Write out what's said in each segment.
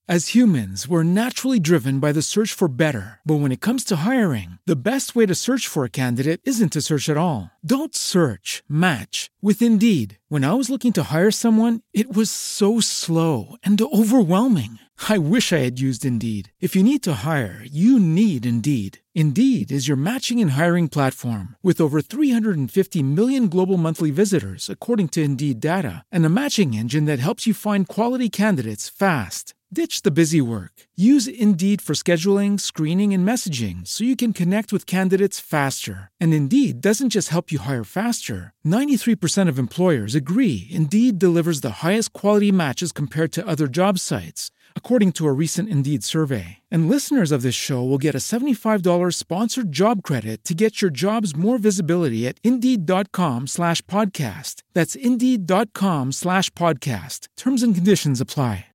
As humans, we're naturally driven by the search for better. But when it comes to hiring, the best way to search for a candidate isn't to search at all. Don't search, match with Indeed. When I was looking to hire someone, it was so slow and overwhelming. I wish I had used Indeed. If you need to hire, you need Indeed. Indeed is your matching and hiring platform with over 350 million global monthly visitors, according to Indeed data, and a matching engine that helps you find quality candidates fast. Ditch the busy work. Use Indeed for scheduling, screening, and messaging so you can connect with candidates faster. And Indeed doesn't just help you hire faster. 93% of employers agree Indeed delivers the highest quality matches compared to other job sites, according to a recent Indeed survey. And listeners of this show will get a $75 sponsored job credit to get your jobs more visibility at Indeed.com/podcast. That's Indeed.com/podcast. Terms and conditions apply.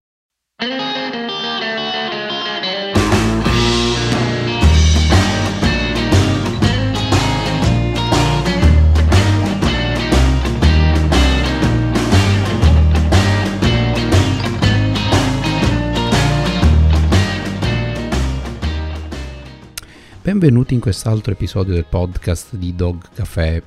Benvenuti in quest'altro episodio del podcast di Dog Café.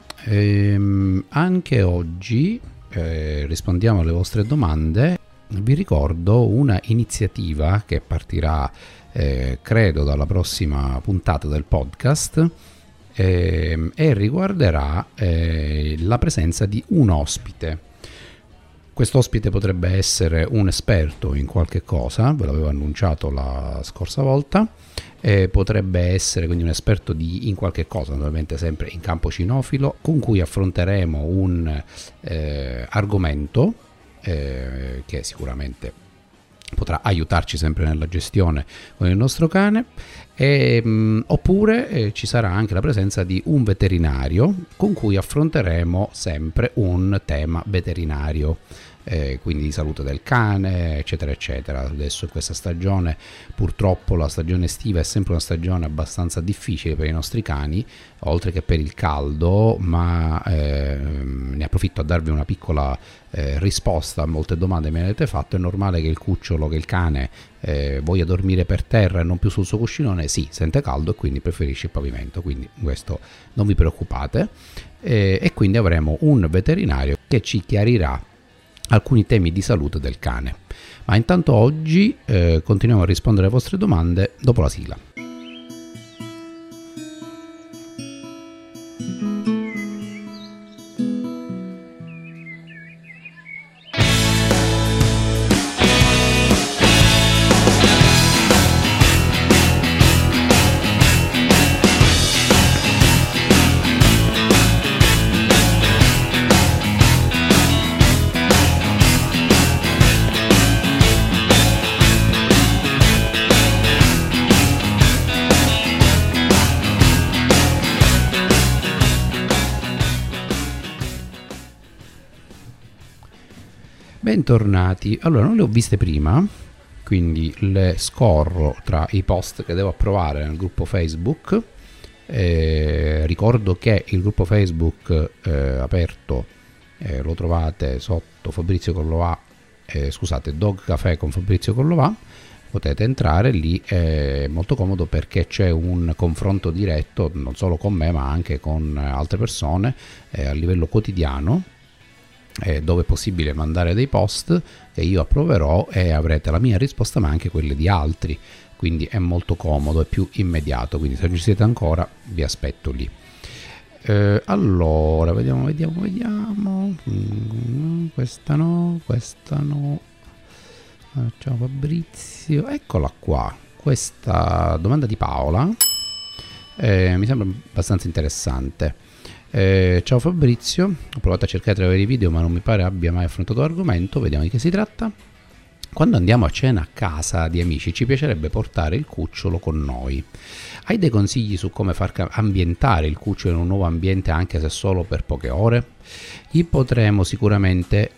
Anche oggi rispondiamo alle vostre domande. Vi ricordo una iniziativa che partirà credo dalla prossima puntata del podcast e riguarderà la presenza di un ospite. Quest'ospite potrebbe essere un esperto in qualche cosa, ve l'avevo annunciato la scorsa volta, potrebbe essere quindi un esperto in qualche cosa, naturalmente sempre in campo cinofilo, con cui affronteremo un argomento che sicuramente potrà aiutarci sempre nella gestione con il nostro cane, oppure ci sarà anche la presenza di un veterinario con cui affronteremo sempre un tema veterinario, quindi di salute del cane, eccetera eccetera. Adesso in questa stagione, purtroppo la stagione estiva è sempre una stagione abbastanza difficile per i nostri cani, oltre che per il caldo, ma ne approfitto a darvi una piccola risposta a molte domande che mi avete fatto. È normale che il cucciolo, che il cane voglia dormire per terra e non più sul suo cuscinone? Sì, sente caldo e quindi preferisce il pavimento, quindi questo non vi preoccupate, e quindi avremo un veterinario che ci chiarirà alcuni temi di salute del cane. Ma intanto oggi continuiamo a rispondere alle vostre domande dopo la sigla. Bentornati. Allora, non le ho viste prima, quindi le scorro tra i post che devo approvare nel gruppo Facebook. Ricordo che il gruppo Facebook aperto lo trovate sotto Fabrizio Collovà, Dog Café con Fabrizio Collovà. Potete entrare lì, è molto comodo perché c'è un confronto diretto non solo con me ma anche con altre persone a livello quotidiano, dove è possibile mandare dei post che io approverò e avrete la mia risposta ma anche quelle di altri, quindi è molto comodo e più immediato, quindi se non ci siete ancora vi aspetto lì. Allora vediamo, questa no. Ciao Fabrizio, eccola qua, questa domanda di Paola mi sembra abbastanza interessante. Ciao Fabrizio, ho provato a cercare tra i vari video ma non mi pare abbia mai affrontato l'argomento, vediamo di che si tratta. Quando andiamo a cena a casa di amici ci piacerebbe portare il cucciolo con noi. Hai dei consigli su come far ambientare il cucciolo in un nuovo ambiente anche se solo per poche ore? Gli porteremo sicuramente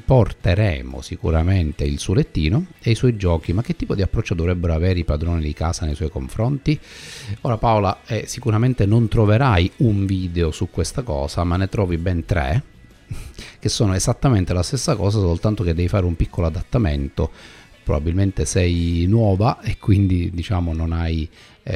il suo lettino e i suoi giochi, ma che tipo di approccio dovrebbero avere i padroni di casa nei suoi confronti? Ora Paola, sicuramente non troverai un video su questa cosa, ma ne trovi ben 3 che sono esattamente la stessa cosa, soltanto che devi fare un piccolo adattamento. probabilmente sei nuova e quindi diciamo non hai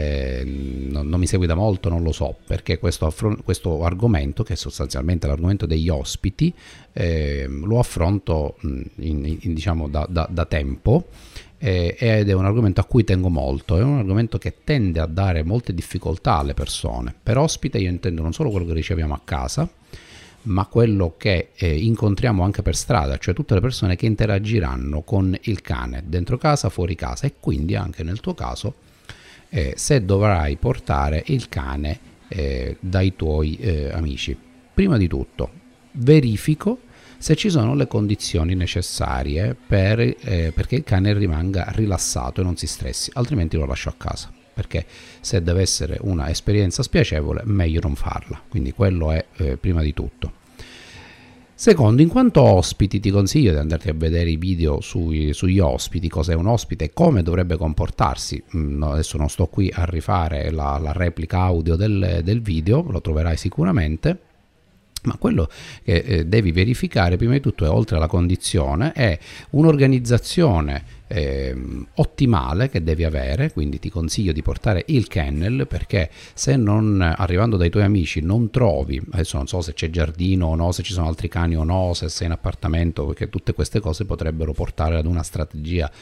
non mi segui da molto, non lo so, perché questo argomento, che è sostanzialmente l'argomento degli ospiti, lo affronto diciamo da tempo, ed è un argomento a cui tengo molto. È un argomento che tende a dare molte difficoltà alle persone. Per ospite io intendo non solo quello che riceviamo a casa, ma quello che incontriamo anche per strada, cioè tutte le persone che interagiranno con il cane dentro casa, fuori casa, e quindi anche nel tuo caso se dovrai portare il cane dai tuoi amici. Prima di tutto verifico se ci sono le condizioni necessarie perché il cane rimanga rilassato e non si stressi, altrimenti lo lascio a casa, perché se deve essere una esperienza spiacevole meglio non farla. Quindi quello è prima di tutto. Secondo, in quanto ospiti ti consiglio di andarti a vedere i video sugli ospiti, cos'è un ospite e come dovrebbe comportarsi. Adesso non sto qui a rifare la replica audio del video, lo troverai sicuramente, ma quello che devi verificare prima di tutto, è, oltre alla condizione, è un'organizzazione ottimale che devi avere. Quindi ti consiglio di portare il kennel, perché se non, arrivando dai tuoi amici, non trovi, adesso non so se c'è giardino o no, se ci sono altri cani o no, se sei in appartamento, perché tutte queste cose potrebbero portare ad una strategia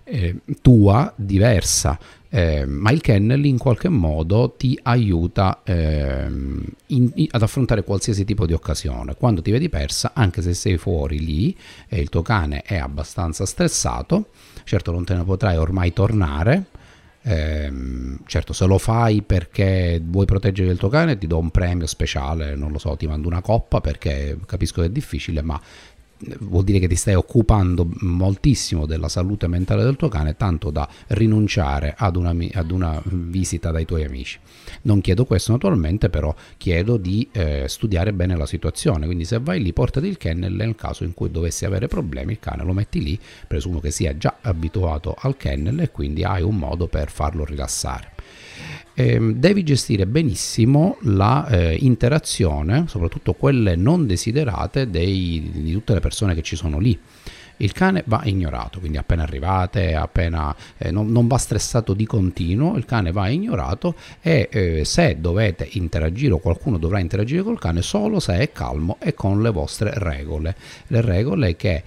tua diversa, ma il kennel in qualche modo ti aiuta ad affrontare qualsiasi tipo di occasione. Quando ti vedi persa, anche se sei fuori lì e il tuo cane è abbastanza stressato, certo non te ne potrai ormai tornare. Certo, se lo fai perché vuoi proteggere il tuo cane, ti do un premio speciale, non lo so, ti mando una coppa, perché capisco che è difficile, ma vuol dire che ti stai occupando moltissimo della salute mentale del tuo cane, tanto da rinunciare ad una visita dai tuoi amici. Non chiedo questo naturalmente, però chiedo di studiare bene la situazione. Quindi se vai lì, portati il kennel, nel caso in cui dovessi avere problemi il cane lo metti lì, presumo che sia già abituato al kennel e quindi hai un modo per farlo rilassare. Devi gestire benissimo la interazione, soprattutto quelle non desiderate, di tutte le persone che ci sono lì. Il cane va ignorato, quindi appena arrivate, non va stressato di continuo, il cane va ignorato, e se dovete interagire o qualcuno dovrà interagire col cane, solo se è calmo e con le vostre regole. Le regole che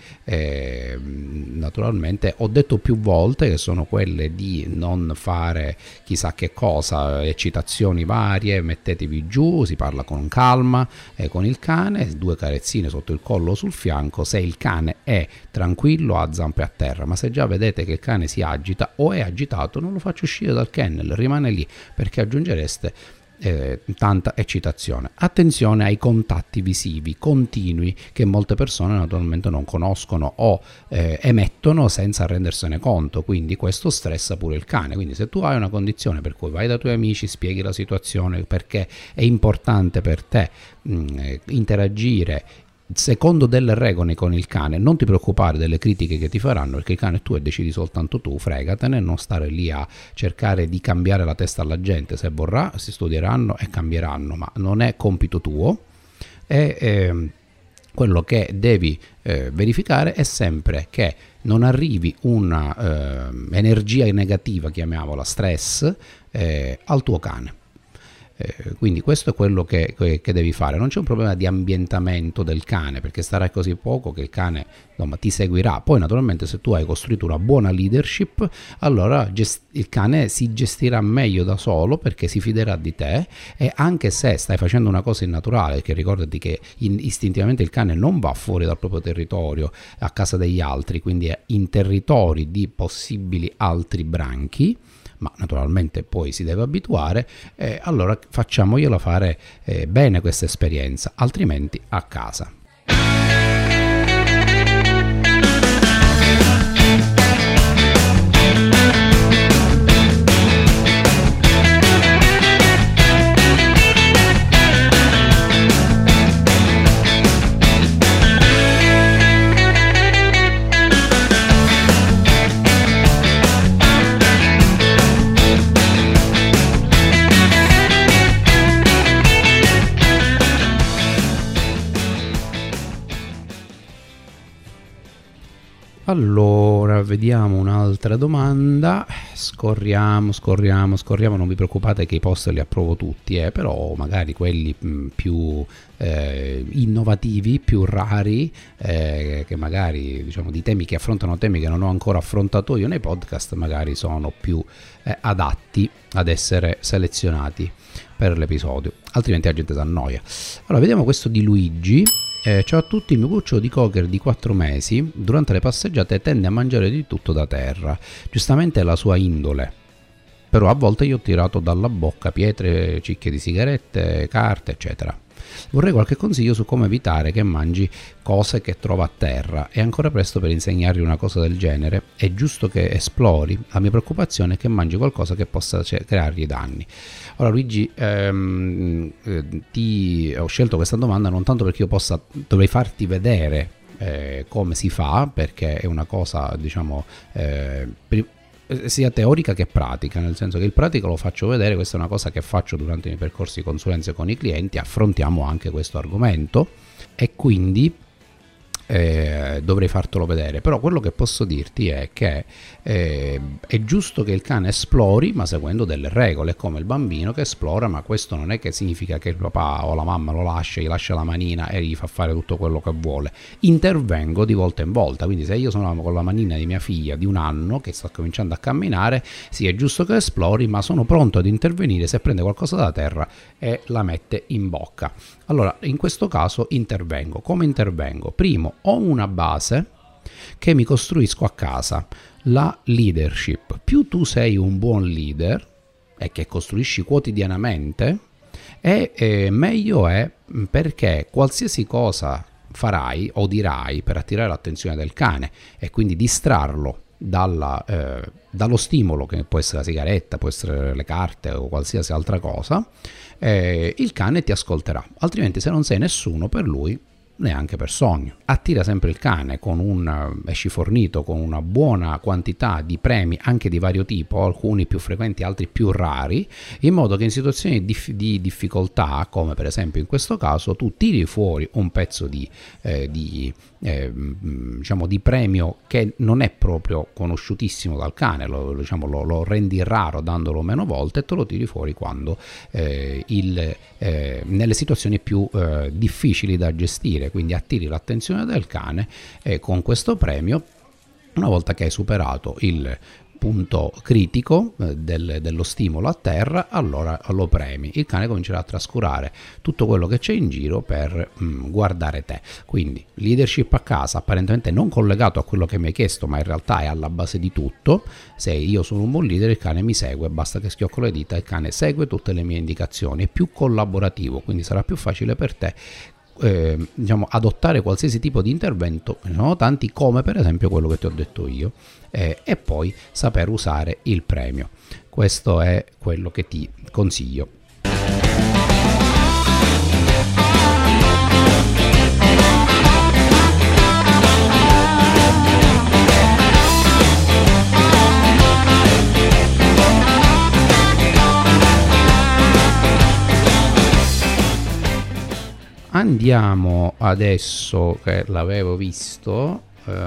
naturalmente ho detto più volte, che sono quelle di non fare chissà che cosa, eccitazioni varie, mettetevi giù, si parla con calma con il cane, 2 carezzine sotto il collo o sul fianco. Se il cane è tranquillo, ha zampe a terra, ma se già vedete che il cane si agita o è agitato, non lo faccio uscire dal kennel, rimane lì, perché aggiungereste tanta eccitazione. Attenzione ai contatti visivi continui, che molte persone naturalmente non conoscono o emettono senza rendersene conto, quindi questo stressa pure il cane. Quindi se tu hai una condizione per cui vai dai tuoi amici, spieghi la situazione, perché è importante per te interagire secondo delle regole con il cane, non ti preoccupare delle critiche che ti faranno, perché il cane è tuo e decidi soltanto tu, fregatene, non stare lì a cercare di cambiare la testa alla gente. Se vorrà si studieranno e cambieranno, ma non è compito tuo. E quello che devi verificare è sempre che non arrivi una energia negativa, chiamiamola stress, al tuo cane. Quindi questo è quello che devi fare. Non c'è un problema di ambientamento del cane, perché starai così poco che il cane, insomma, ti seguirà. Poi naturalmente se tu hai costruito una buona leadership, allora il cane si gestirà meglio da solo, perché si fiderà di te, e anche se stai facendo una cosa innaturale, che ricordati che istintivamente il cane non va fuori dal proprio territorio a casa degli altri, quindi è in territori di possibili altri branchi, ma naturalmente poi si deve abituare, allora facciamogliela fare bene questa esperienza, altrimenti a casa. Allora, vediamo un'altra domanda. Scorriamo, non vi preoccupate che i post li approvo tutti, però magari quelli più innovativi, più rari, che magari diciamo di temi che affrontano temi che non ho ancora affrontato io nei podcast, magari sono più adatti ad essere selezionati per l'episodio, altrimenti la gente si annoia. Allora, vediamo questo di Luigi. Ciao a tutti, il mio cucciolo di cocker di 4 mesi durante le passeggiate tende a mangiare di tutto da terra, giustamente è la sua indole, però a volte io ho tirato dalla bocca pietre, cicche di sigarette, carte eccetera. Vorrei qualche consiglio su come evitare che mangi cose che trova a terra. È ancora presto per insegnargli una cosa del genere, è giusto che esplori. La mia preoccupazione è che mangi qualcosa che possa creargli danni. Ora Luigi, ho scelto questa domanda non tanto perché io dovrei farti vedere come si fa, perché è una cosa diciamo sia teorica che pratica, nel senso che il pratico lo faccio vedere, questa è una cosa che faccio durante i miei percorsi di consulenze con i clienti, affrontiamo anche questo argomento e quindi dovrei fartelo vedere, però quello che posso dirti è che è giusto che il cane esplori ma seguendo delle regole, come il bambino che esplora, ma questo non è che significa che il papà o la mamma gli lascia la manina e gli fa fare tutto quello che vuole. Intervengo di volta in volta, quindi se io sono con la manina di mia figlia di 1 anno che sta cominciando a camminare, sì, è giusto che esplori, ma sono pronto ad intervenire se prende qualcosa da terra e la mette in bocca. Allora, in questo caso intervengo. Come intervengo? Primo, ho una base che mi costruisco a casa, la leadership. Più tu sei un buon leader e che costruisci quotidianamente, meglio è, perché qualsiasi cosa farai o dirai per attirare l'attenzione del cane e quindi distrarlo dallo stimolo, che può essere la sigaretta, può essere le carte o qualsiasi altra cosa, il cane ti ascolterà, altrimenti se non sei nessuno per lui, neanche per sogno. Attira sempre il cane esci fornito con una buona quantità di premi anche di vario tipo, alcuni più frequenti, altri più rari, in modo che in situazioni di difficoltà, come per esempio in questo caso, tu tiri fuori un pezzo diciamo di premio che non è proprio conosciutissimo dal cane, lo rendi raro dandolo meno volte e te lo tiri fuori quando nelle situazioni più difficili da gestire, quindi attiri l'attenzione del cane con questo premio. Una volta che hai superato il punto critico dello stimolo a terra, allora lo premi, il cane comincerà a trascurare tutto quello che c'è in giro per guardare te. Quindi leadership a casa, apparentemente non collegato a quello che mi hai chiesto, ma in realtà è alla base di tutto. Se io sono un buon leader, il cane mi segue, basta che schiocco le dita, il cane segue tutte le mie indicazioni, è più collaborativo, quindi sarà più facile per te diciamo adottare qualsiasi tipo di intervento. Ne sono tanti, come per esempio quello che ti ho detto io, e poi saper usare il premio. Questo è quello che ti consiglio. Andiamo adesso, che l'avevo visto,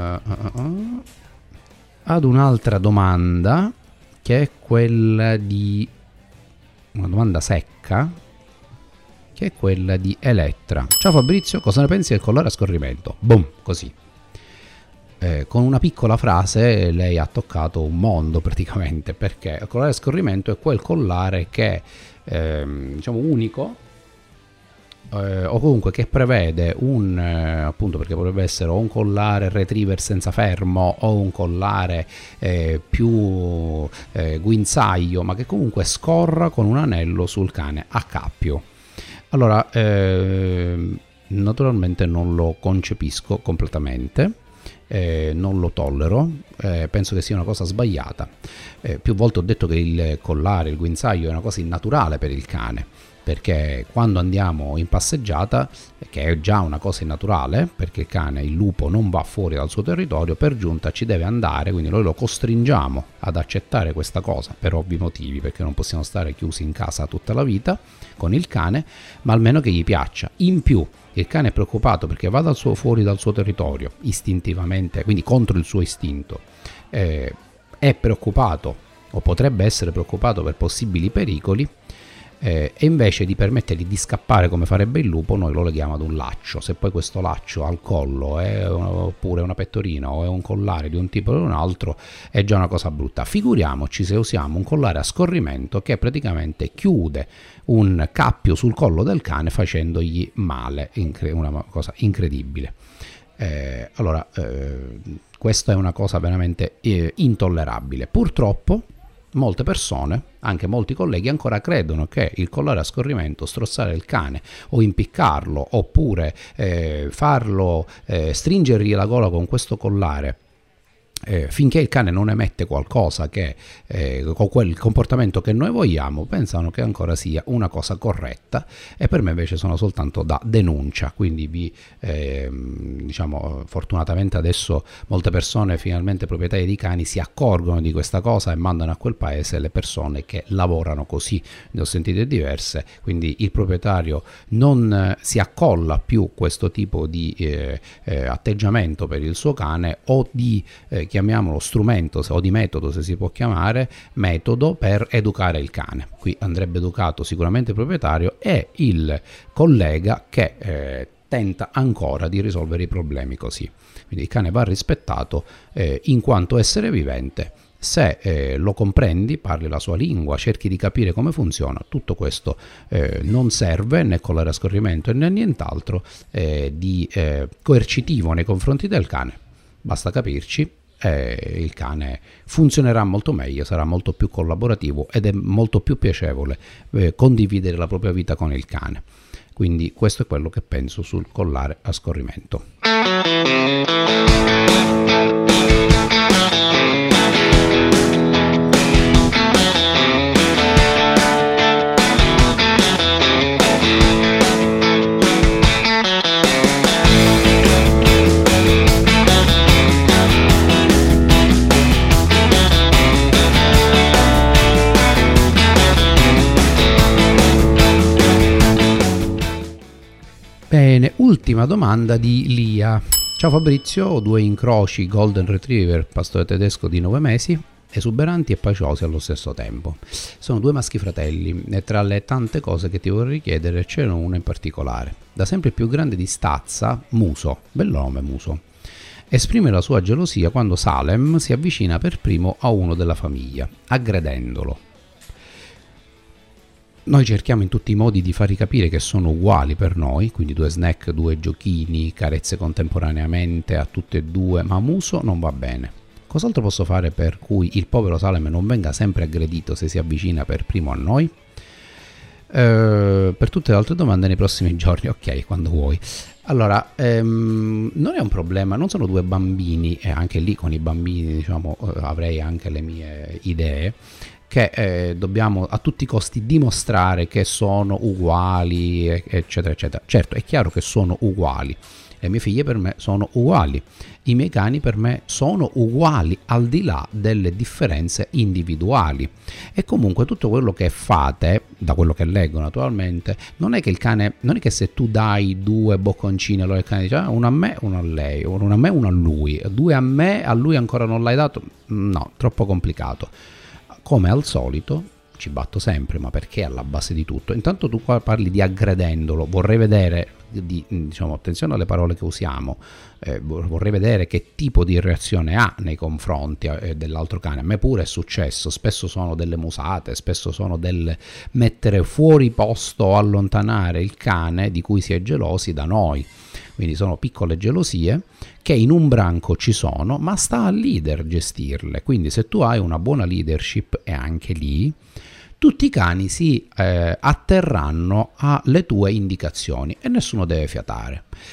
ad un'altra domanda, che è quella di una domanda secca, che è quella di Elettra. Ciao Fabrizio, cosa ne pensi del collare a scorrimento? Boom, così. Con una piccola frase lei ha toccato un mondo praticamente, perché il collare a scorrimento è quel collare che diciamo unico, o comunque che prevede appunto, perché potrebbe essere o un collare retriever senza fermo o un collare più guinzaglio, ma che comunque scorra con un anello sul cane a cappio. Allora, naturalmente non lo concepisco completamente, non lo tollero, penso che sia una cosa sbagliata. Più volte ho detto che il collare, il guinzaglio è una cosa innaturale per il cane, perché quando andiamo in passeggiata, che è già una cosa innaturale, perché il cane, il lupo, non va fuori dal suo territorio, per giunta ci deve andare, quindi noi lo costringiamo ad accettare questa cosa per ovvi motivi, perché non possiamo stare chiusi in casa tutta la vita con il cane, ma almeno che gli piaccia. In più il cane è preoccupato perché va fuori dal suo territorio istintivamente, quindi contro il suo istinto, è preoccupato o potrebbe essere preoccupato per possibili pericoli, e invece di permettergli di scappare come farebbe il lupo, noi lo leghiamo ad un laccio. Se poi questo laccio al collo è oppure una pettorina o è un collare di un tipo o di un altro, è già una cosa brutta. Figuriamoci se usiamo un collare a scorrimento che praticamente chiude un cappio sul collo del cane facendogli male, una cosa incredibile. Questa è una cosa veramente intollerabile. Purtroppo molte persone, anche molti colleghi, ancora credono che il collare a scorrimento, strozzare il cane o impiccarlo oppure farlo stringergli la gola con questo collare finché il cane non emette qualcosa che con quel comportamento che noi vogliamo, pensano che ancora sia una cosa corretta, e per me invece sono soltanto da denuncia. Quindi fortunatamente adesso molte persone, finalmente proprietari di cani, si accorgono di questa cosa e mandano a quel paese le persone che lavorano così. Ne ho sentite diverse, quindi il proprietario non si accolla più questo tipo di atteggiamento per il suo cane, o di chiamiamolo strumento o di metodo, se si può chiamare metodo, per educare il cane. Qui andrebbe educato sicuramente il proprietario e il collega che tenta ancora di risolvere i problemi così. Quindi il cane va rispettato in quanto essere vivente. Se lo comprendi, parli la sua lingua, cerchi di capire come funziona, tutto questo non serve né collare a scorrimento né nient'altro di coercitivo nei confronti del cane. Basta capirci, il cane funzionerà molto meglio, sarà molto più collaborativo ed è molto più piacevole condividere la propria vita con il cane. Quindi questo è quello che penso sul collare a scorrimento. Bene, ultima domanda di Lia. Ciao Fabrizio, ho 2 incroci Golden Retriever, pastore tedesco di 9 mesi, esuberanti e paciosi allo stesso tempo. Sono 2 maschi fratelli e tra le tante cose che ti vorrei chiedere c'è una in particolare. Da sempre più grande di stazza, Muso, bel nome Muso, esprime la sua gelosia quando Salem si avvicina per primo a uno della famiglia, aggredendolo. Noi cerchiamo in tutti i modi di fargli capire che sono uguali per noi, quindi 2 snack, 2 giochini, carezze contemporaneamente a tutte e 2, ma Muso non va bene. Cos'altro posso fare per cui il povero Salem non venga sempre aggredito se si avvicina per primo a noi? Per tutte le altre domande nei prossimi giorni, ok, quando vuoi. Allora, non è un problema, non sono 2 bambini, e anche lì con i bambini avrei anche le mie idee, che dobbiamo a tutti i costi dimostrare che sono uguali, eccetera eccetera. Certo, è chiaro che sono uguali, le mie figlie per me sono uguali, i miei cani per me sono uguali, al di là delle differenze individuali. E comunque tutto quello che fate, da quello che leggo naturalmente, non è che il cane, non è che se tu dai 2 bocconcini, allora il cane dice uno a me, uno a lei, uno a me, uno a lui, 2 a me, a lui ancora non l'hai dato. No, troppo complicato. Come al solito, ci batto sempre, ma perché alla base di tutto? Intanto tu qua parli di aggredendolo, vorrei vedere, attenzione alle parole che usiamo, vorrei vedere che tipo di reazione ha nei confronti dell'altro cane. A me pure è successo, spesso sono delle musate, spesso sono del mettere fuori posto o allontanare il cane di cui si è gelosi da noi. Quindi sono piccole gelosie che in un branco ci sono, ma sta al leader gestirle. Quindi se tu hai una buona leadership, e anche lì tutti i cani si atterranno alle tue indicazioni e nessuno deve fiatare.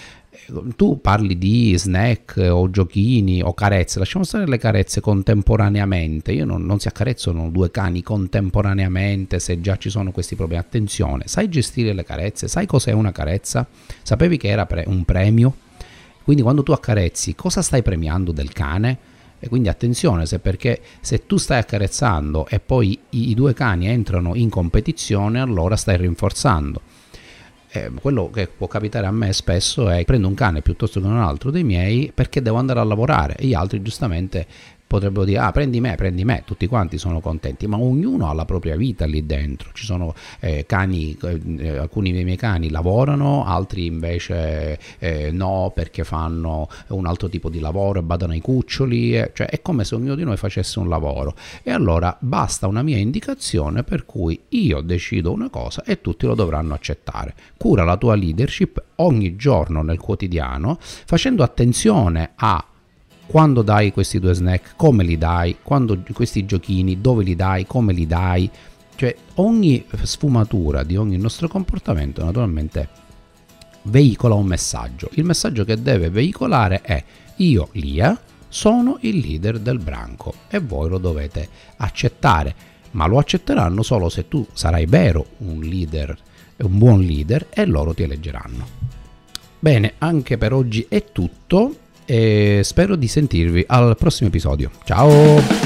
tu parli di snack o giochini o carezze, lasciamo stare le carezze contemporaneamente, io non si accarezzano due cani contemporaneamente se già ci sono questi problemi. Attenzione, sai gestire le carezze? Sai cos'è una carezza? Sapevi che era un premio? Quindi quando tu accarezzi, cosa stai premiando del cane? E quindi attenzione, perché se tu stai accarezzando e poi i due cani entrano in competizione, allora stai rinforzando. Quello che può capitare a me spesso è prendo un cane piuttosto che un altro dei miei perché devo andare a lavorare e gli altri giustamente potrebbero dire prendi me, tutti quanti sono contenti, ma ognuno ha la propria vita lì dentro. Ci sono cani, alcuni dei miei cani lavorano, altri invece no, perché fanno un altro tipo di lavoro e badano ai cuccioli, cioè è come se ognuno di noi facesse un lavoro, e allora basta una mia indicazione per cui io decido una cosa e tutti lo dovranno accettare. Cura la tua leadership ogni giorno nel quotidiano, facendo attenzione a quando dai questi due snack, come li dai, quando questi giochini, dove li dai, come li dai, cioè ogni sfumatura di ogni nostro comportamento naturalmente veicola un messaggio. Il messaggio che deve veicolare è: io, Lia, sono il leader del branco e voi lo dovete accettare, ma lo accetteranno solo se tu sarai vero un leader, un buon leader, e loro ti eleggeranno. Bene, anche per oggi è tutto. E spero di sentirvi al prossimo episodio. Ciao!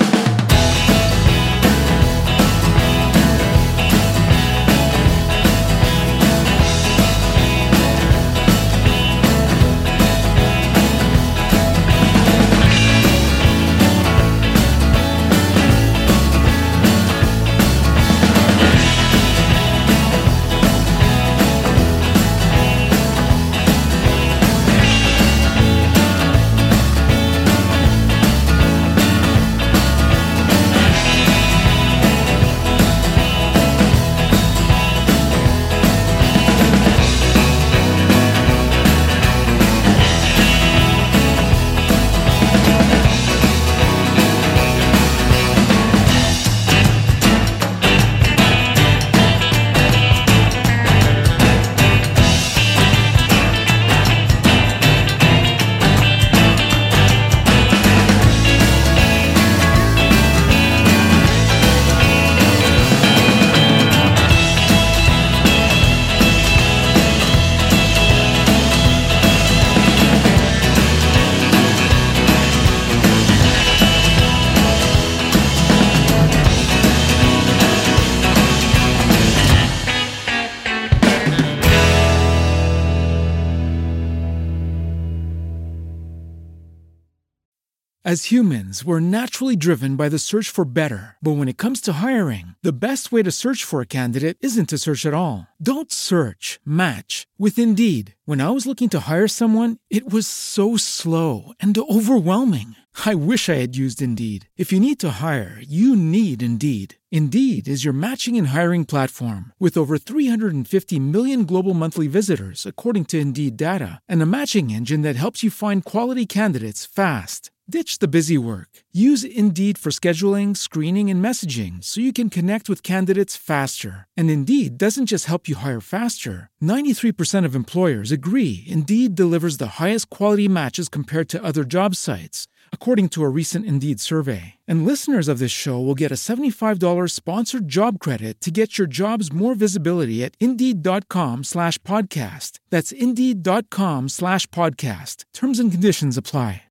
As humans, we're naturally driven by the search for better. But when it comes to hiring, the best way to search for a candidate isn't to search at all. Don't search, match with Indeed. When I was looking to hire someone, it was so slow and overwhelming. I wish I had used Indeed. If you need to hire, you need Indeed. Indeed is your matching and hiring platform with over 350 million global monthly visitors, according to Indeed data, and a matching engine that helps you find quality candidates fast. Ditch the busy work. Use Indeed for scheduling, screening, and messaging so you can connect with candidates faster. And Indeed doesn't just help you hire faster. 93% of employers agree Indeed delivers the highest quality matches compared to other job sites, according to a recent Indeed survey. And listeners of this show will get a $75 sponsored job credit to get your jobs more visibility at Indeed.com/podcast. That's Indeed.com/podcast. Terms and conditions apply.